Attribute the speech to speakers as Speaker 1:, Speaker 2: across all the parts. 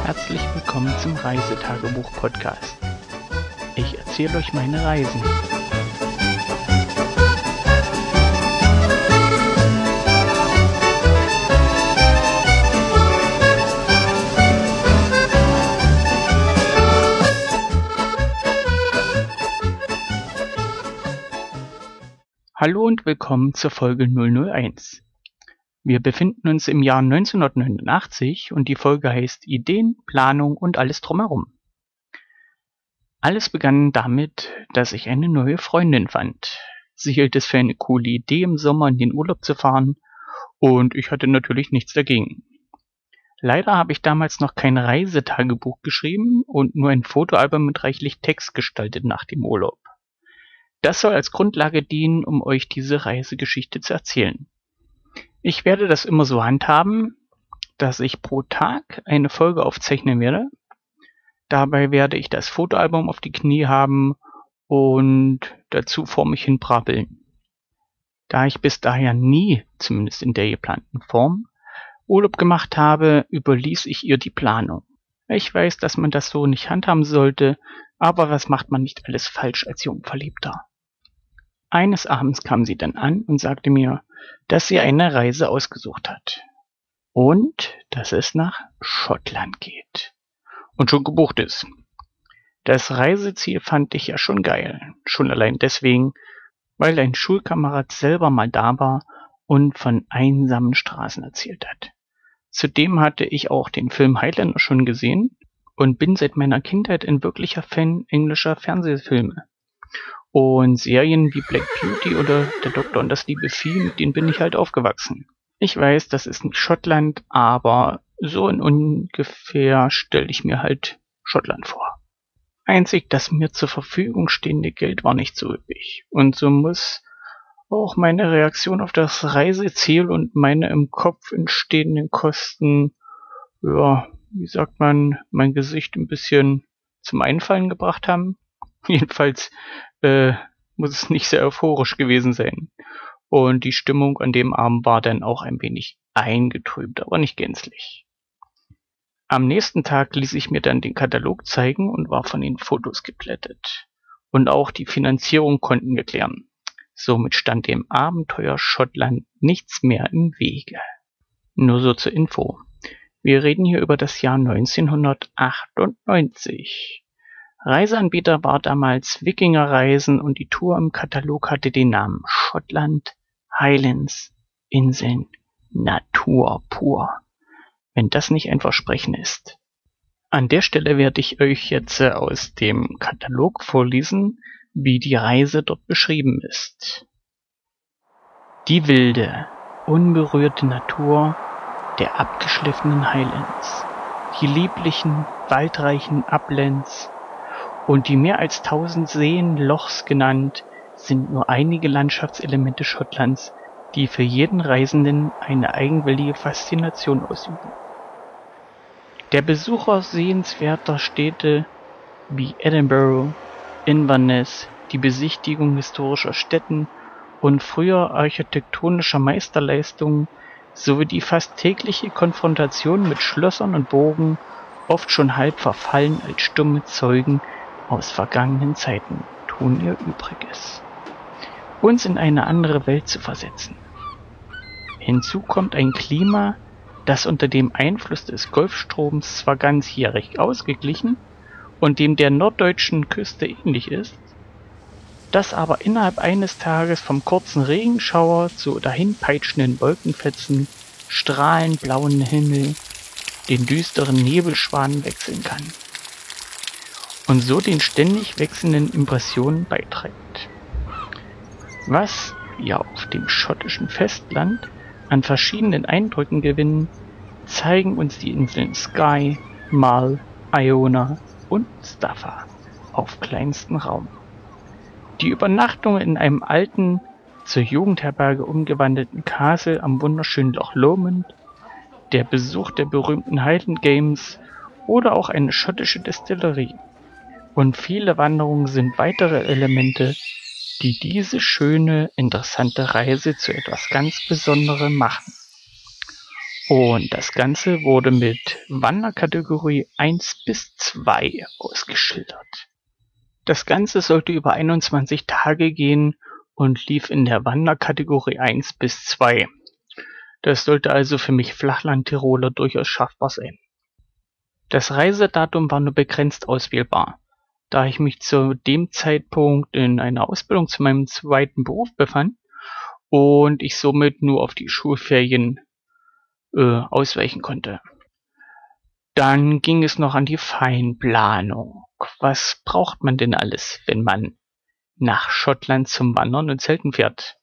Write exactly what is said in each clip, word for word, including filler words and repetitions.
Speaker 1: herzlich willkommen zum Reisetagebuch-Podcast. Ich erzähle euch meine Reisen. Hallo und willkommen zur Folge null null eins. Wir befinden uns im Jahr neunzehnhundertneunundachtzig und die Folge heißt Ideen, Planung und alles drumherum. Alles begann damit, dass ich eine neue Freundin fand. Sie hielt es für eine coole Idee, im Sommer in den Urlaub zu fahren und ich hatte natürlich nichts dagegen. Leider habe ich damals noch kein Reisetagebuch geschrieben und nur ein Fotoalbum mit reichlich Text gestaltet nach dem Urlaub. Das soll als Grundlage dienen, um euch diese Reisegeschichte zu erzählen. Ich werde das immer so handhaben, dass ich pro Tag eine Folge aufzeichnen werde. Dabei werde ich das Fotoalbum auf die Knie haben und dazu vor mich hin brabbeln. Da ich bis daher nie, zumindest in der geplanten Form, Urlaub gemacht habe, überließ ich ihr die Planung. Ich weiß, dass man das so nicht handhaben sollte, aber was macht man nicht alles falsch als Jungverliebter? Eines Abends kam sie dann an und sagte mir, dass sie eine Reise ausgesucht hat. Und dass es nach Schottland geht. Und schon gebucht ist. Das Reiseziel fand ich ja schon geil. Schon allein deswegen, weil ein Schulkamerad selber mal da war und von einsamen Straßen erzählt hat. Zudem hatte ich auch den Film Highlander schon gesehen und bin seit meiner Kindheit ein wirklicher Fan englischer Fernsehfilme. Und Serien wie Black Beauty oder Der Doktor und das liebe Vieh, mit denen bin ich halt aufgewachsen. Ich weiß, das ist nicht Schottland, aber so in ungefähr stelle ich mir halt Schottland vor. Einzig das mir zur Verfügung stehende Geld war nicht so üppig. Und so muss auch meine Reaktion auf das Reiseziel und meine im Kopf entstehenden Kosten, ja, wie sagt man, mein Gesicht ein bisschen zum Einfallen gebracht haben. Jedenfalls äh, muss es nicht sehr euphorisch gewesen sein. Und die Stimmung an dem Abend war dann auch ein wenig eingetrübt, aber nicht gänzlich. Am nächsten Tag ließ ich mir dann den Katalog zeigen und war von den Fotos geplättet. Und auch die Finanzierung konnten wir klären. Somit stand dem Abenteuer Schottland nichts mehr im Wege. Nur so zur Info. Wir reden hier über das Jahr neunzehnhundertachtundneunzig. Reiseanbieter war damals Wikingerreisen und die Tour im Katalog hatte den Namen Schottland, Highlands, Inseln, Natur pur. Wenn das nicht ein Versprechen ist. An der Stelle werde ich euch jetzt aus dem Katalog vorlesen, wie die Reise dort beschrieben ist. Die wilde, unberührte Natur der abgeschliffenen Highlands, die lieblichen, waldreichen Uplands und die mehr als tausend Seen Lochs genannt, sind nur einige Landschaftselemente Schottlands, die für jeden Reisenden eine eigenwillige Faszination ausüben. Der Besucher sehenswerter Städte wie Edinburgh, Inverness, die Besichtigung historischer Stätten und früher architektonischer Meisterleistungen sowie die fast tägliche Konfrontation mit Schlössern und Burgen, oft schon halb verfallen als stumme Zeugen aus vergangenen Zeiten, tun ihr Übriges, uns in eine andere Welt zu versetzen. Hinzu kommt ein Klima, das unter dem Einfluss des Golfstroms zwar ganzjährig ausgeglichen und dem der norddeutschen Küste ähnlich ist, das aber innerhalb eines Tages vom kurzen Regenschauer zu dahinpeitschenden Wolkenfetzen, strahlend blauen Himmel, den düsteren Nebelschwanen wechseln kann und so den ständig wechselnden Impressionen beiträgt. Was wir auf dem schottischen Festland an verschiedenen Eindrücken gewinnen, zeigen uns die Inseln Skye, Mull, Iona und Staffa auf kleinstem Raum. Die Übernachtung in einem alten, zur Jugendherberge umgewandelten Castle am wunderschönen Loch Lomond, der Besuch der berühmten Highland Games oder auch eine schottische Destillerie und viele Wanderungen sind weitere Elemente, die diese schöne, interessante Reise zu etwas ganz Besonderem machen. Und das Ganze wurde mit Wanderkategorie eins bis zwei ausgeschildert. Das Ganze sollte über einundzwanzig Tage gehen und lief in der Wanderkategorie eins bis zwei. Das sollte also für mich Flachland-Tiroler durchaus schaffbar sein. Das Reisedatum war nur begrenzt auswählbar, da ich mich zu dem Zeitpunkt in einer Ausbildung zu meinem zweiten Beruf befand und ich somit nur auf die Schulferien äh, ausweichen konnte. Dann ging es noch an die Feinplanung. Was braucht man denn alles, wenn man nach Schottland zum Wandern und Zelten fährt?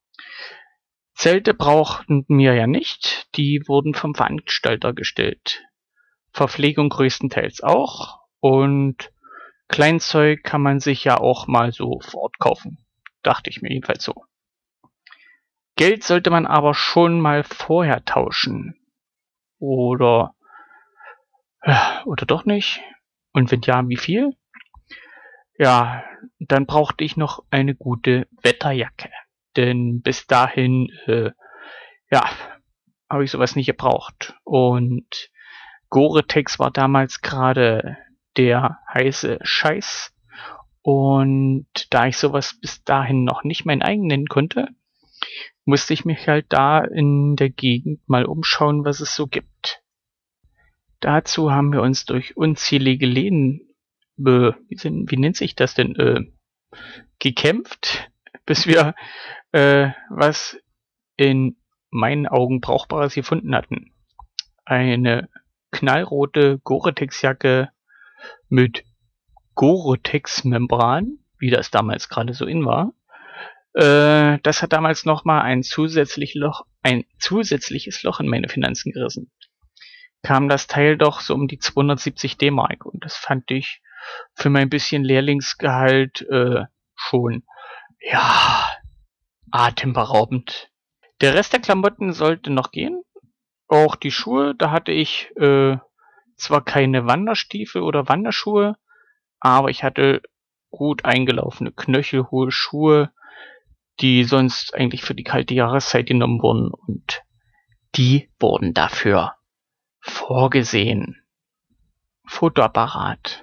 Speaker 1: Zelte brauchten wir ja nicht, die wurden vom Veranstalter gestellt. Verpflegung größtenteils auch und Kleinzeug kann man sich ja auch mal so vor Ort kaufen. Dachte ich mir jedenfalls so. Geld sollte man aber schon mal vorher tauschen. Oder, oder doch nicht? Und wenn ja, wie viel? Ja, dann brauchte ich noch eine gute Wetterjacke. Denn bis dahin, äh, ja, habe ich sowas nicht gebraucht. Und Gore-Tex war damals gerade der heiße Scheiß. Und da ich sowas bis dahin noch nicht mein eigen nennen konnte, musste ich mich halt da in der Gegend mal umschauen, was es so gibt. Dazu haben wir uns durch unzählige Läden, äh, wie, sind, wie nennt sich das denn, äh, gekämpft, bis wir äh, was in meinen Augen Brauchbares gefunden hatten. Eine knallrote Gore-Tex-Jacke mit Gore-Tex-Membran, wie das damals gerade so in war. Äh, das hat damals nochmal ein, zusätzlich Loch, ein zusätzliches Loch in meine Finanzen gerissen. Kam das Teil doch so um die zweihundertsiebzig D-Mark und das fand ich für mein bisschen Lehrlingsgehalt äh, schon, ja, atemberaubend. Der Rest der Klamotten sollte noch gehen. Auch die Schuhe, da hatte ich äh, zwar keine Wanderstiefel oder Wanderschuhe, aber ich hatte gut eingelaufene, knöchelhohe Schuhe, die sonst eigentlich für die kalte Jahreszeit genommen wurden und die wurden dafür vorgesehen. Fotoapparat.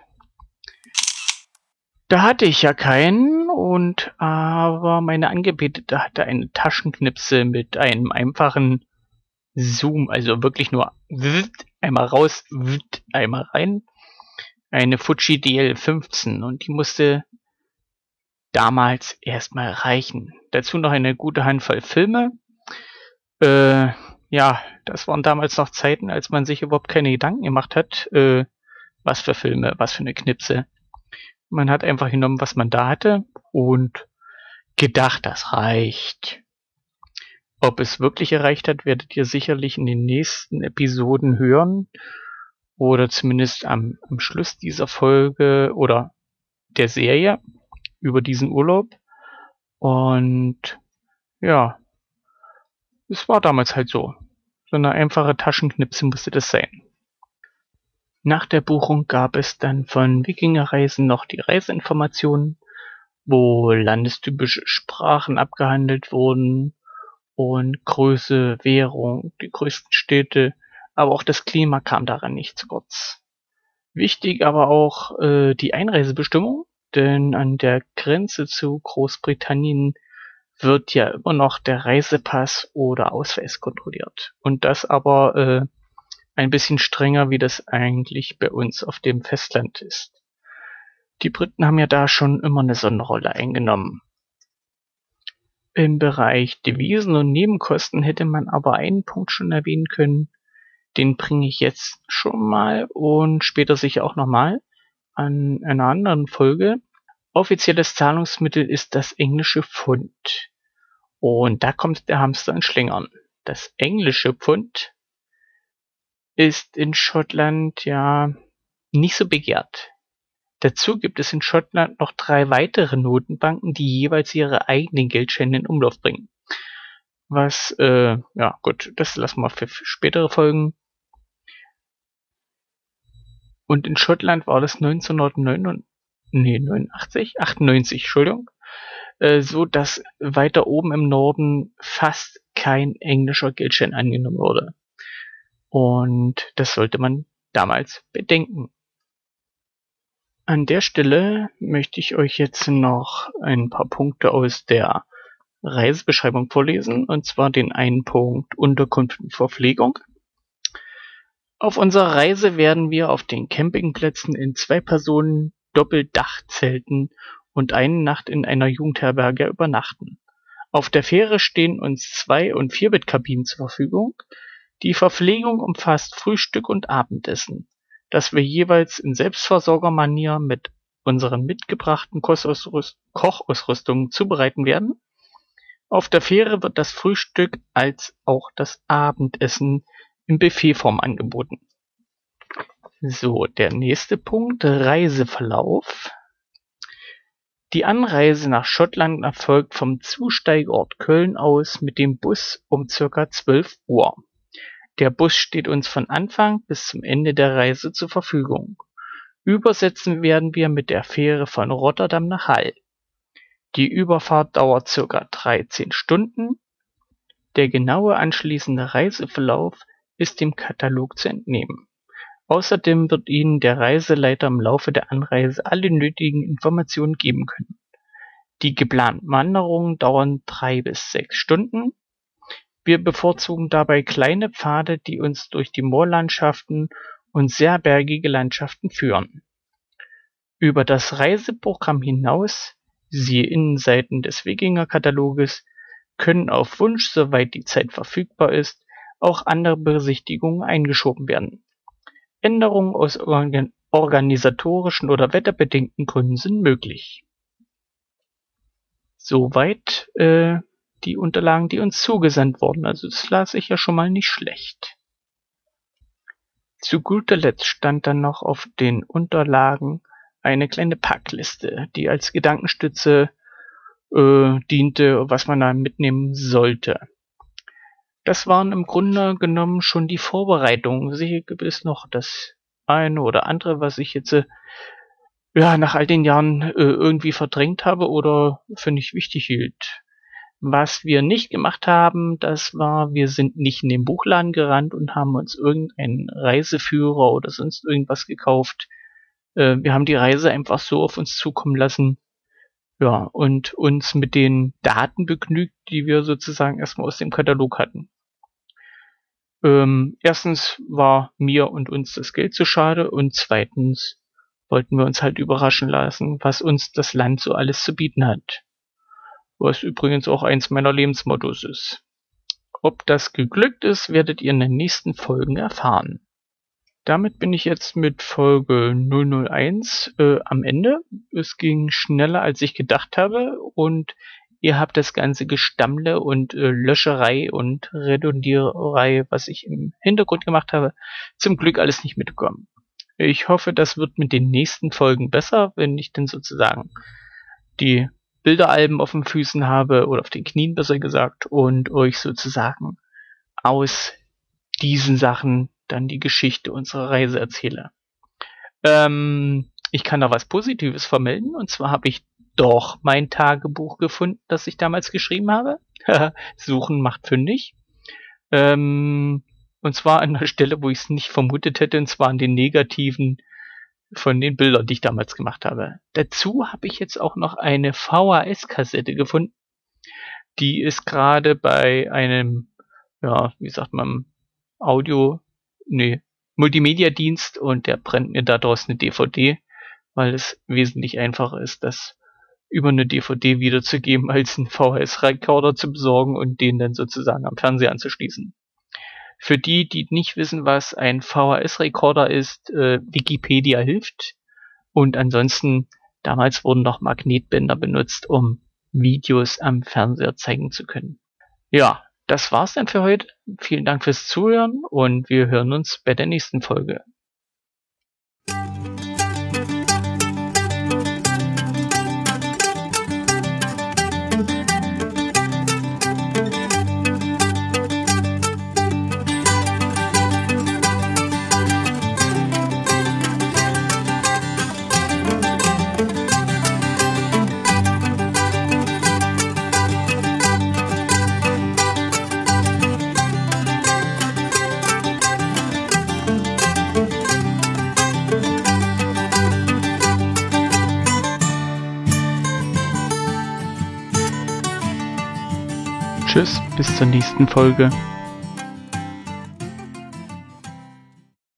Speaker 1: Da hatte ich ja keinen und aber meine Angebetete hatte eine Taschenknipse mit einem einfachen Zoom, also wirklich nur einmal raus, einmal rein. Eine Fuji D L fünfzehn und die musste damals erstmal reichen. Dazu noch eine gute Handvoll Filme. Äh, ja, das waren damals noch Zeiten, als man sich überhaupt keine Gedanken gemacht hat, äh, was für Filme, was für eine Knipse. Man hat einfach genommen, was man da hatte und gedacht, das reicht. Ob es wirklich erreicht hat, werdet ihr sicherlich in den nächsten Episoden hören. Oder zumindest am, am Schluss dieser Folge oder der Serie über diesen Urlaub. Und ja, es war damals halt so. So eine einfache Taschenknipse musste das sein. Nach der Buchung gab es dann von Wikingerreisen noch die Reiseinformationen, wo landestypische Sprachen abgehandelt wurden und Größe, Währung, die größten Städte, aber auch das Klima kam daran nicht zu kurz. Wichtig aber auch äh, die Einreisebestimmung, denn an der Grenze zu Großbritannien wird ja immer noch der Reisepass oder Ausweis kontrolliert. Und das aber äh, ein bisschen strenger, wie das eigentlich bei uns auf dem Festland ist. Die Briten haben ja da schon immer eine Sonderrolle eingenommen. Im Bereich Devisen und Nebenkosten hätte man aber einen Punkt schon erwähnen können. Den bringe ich jetzt schon mal und später sicher auch nochmal an einer anderen Folge. Offizielles Zahlungsmittel ist das englische Pfund. Und da kommt der Hamster in Schlingern. Das englische Pfund ist in Schottland ja nicht so begehrt. Dazu gibt es in Schottland noch drei weitere Notenbanken, die jeweils ihre eigenen Geldscheine in Umlauf bringen. Was, äh, ja gut, das lassen wir für spätere Folgen. Und in Schottland war das neunzehnhundertneunundneunzig, nee, neunundachtzig, achtundneunzig, Entschuldigung, äh, so dass weiter oben im Norden fast kein englischer Geldschein angenommen wurde. Und das sollte man damals bedenken. An der Stelle möchte ich euch jetzt noch ein paar Punkte aus der Reisebeschreibung vorlesen, und zwar den einen Punkt Unterkunft und Verpflegung. Auf unserer Reise werden wir auf den Campingplätzen in zwei Personen Doppeldachzelten und eine Nacht in einer Jugendherberge übernachten. Auf der Fähre stehen uns Zwei- und Vierbettkabinen zur Verfügung. Die Verpflegung umfasst Frühstück und Abendessen, das wir jeweils in Selbstversorgermanier mit unseren mitgebrachten Kochausrüstungen zubereiten werden. Auf der Fähre wird das Frühstück als auch das Abendessen in Buffetform angeboten. So, der nächste Punkt, Reiseverlauf. Die Anreise nach Schottland erfolgt vom Zusteigeort Köln aus mit dem Bus um circa zwölf Uhr. Der Bus steht uns von Anfang bis zum Ende der Reise zur Verfügung. Übersetzen werden wir mit der Fähre von Rotterdam nach Hull. Die Überfahrt dauert circa dreizehn Stunden. Der genaue anschließende Reiseverlauf ist dem Katalog zu entnehmen. Außerdem wird Ihnen der Reiseleiter im Laufe der Anreise alle nötigen Informationen geben können. Die geplanten Wanderungen dauern drei bis sechs Stunden. Wir bevorzugen dabei kleine Pfade, die uns durch die Moorlandschaften und sehr bergige Landschaften führen. Über das Reiseprogramm hinaus, siehe Innenseiten des Wikinger-Kataloges, können auf Wunsch, soweit die Zeit verfügbar ist, auch andere Besichtigungen eingeschoben werden. Änderungen aus organ- organisatorischen oder wetterbedingten Gründen sind möglich. Soweit äh, die Unterlagen, die uns zugesandt wurden. Also das las ich ja schon mal nicht schlecht. Zu guter Letzt stand dann noch auf den Unterlagen eine kleine Packliste, die als Gedankenstütze äh, diente, was man da mitnehmen sollte. Das waren im Grunde genommen schon die Vorbereitungen. Sicher gibt es noch das eine oder andere, was ich jetzt äh, ja nach all den Jahren äh, irgendwie verdrängt habe oder für nicht wichtig hielt. Was wir nicht gemacht haben, das war, wir sind nicht in den Buchladen gerannt und haben uns irgendeinen Reiseführer oder sonst irgendwas gekauft. Äh, wir haben die Reise einfach so auf uns zukommen lassen, ja, und uns mit den Daten begnügt, die wir sozusagen erstmal aus dem Katalog hatten. Ähm, erstens war mir und uns das Geld zu schade und zweitens wollten wir uns halt überraschen lassen, was uns das Land so alles zu bieten hat. Was übrigens auch eins meiner Lebensmottos ist. Ob das geglückt ist, werdet ihr in den nächsten Folgen erfahren. Damit bin ich jetzt mit Folge null null eins äh, am Ende. Es ging schneller, als ich gedacht habe und ihr habt das ganze Gestammle und äh, Löscherei und Redundiererei, was ich im Hintergrund gemacht habe, zum Glück alles nicht mitbekommen. Ich hoffe, das wird mit den nächsten Folgen besser, wenn ich dann sozusagen die Bilderalben auf den Füßen habe oder auf den Knien besser gesagt und euch sozusagen aus diesen Sachen dann die Geschichte unserer Reise erzähle. Ähm, ich kann da was Positives vermelden, und zwar habe ich doch mein Tagebuch gefunden, das ich damals geschrieben habe. Suchen macht fündig. Ähm, und zwar an der Stelle, wo ich es nicht vermutet hätte, und zwar an den negativen von den Bildern, die ich damals gemacht habe. Dazu habe ich jetzt auch noch eine V H S-Kassette gefunden. Die ist gerade bei einem, ja, wie sagt man, Audio, nee, Multimedia-Dienst, und der brennt mir daraus eine D V D, weil es wesentlich einfacher ist, das über eine D V D wiederzugeben, als einen V H S-Rekorder zu besorgen und den dann sozusagen am Fernseher anzuschließen. Für die, die nicht wissen, was ein V H S-Rekorder ist, äh, Wikipedia hilft. Und ansonsten, damals wurden noch Magnetbänder benutzt, um Videos am Fernseher zeigen zu können. Ja, das war's dann für heute. Vielen Dank fürs Zuhören und wir hören uns bei der nächsten Folge. Tschüss, bis zur nächsten Folge.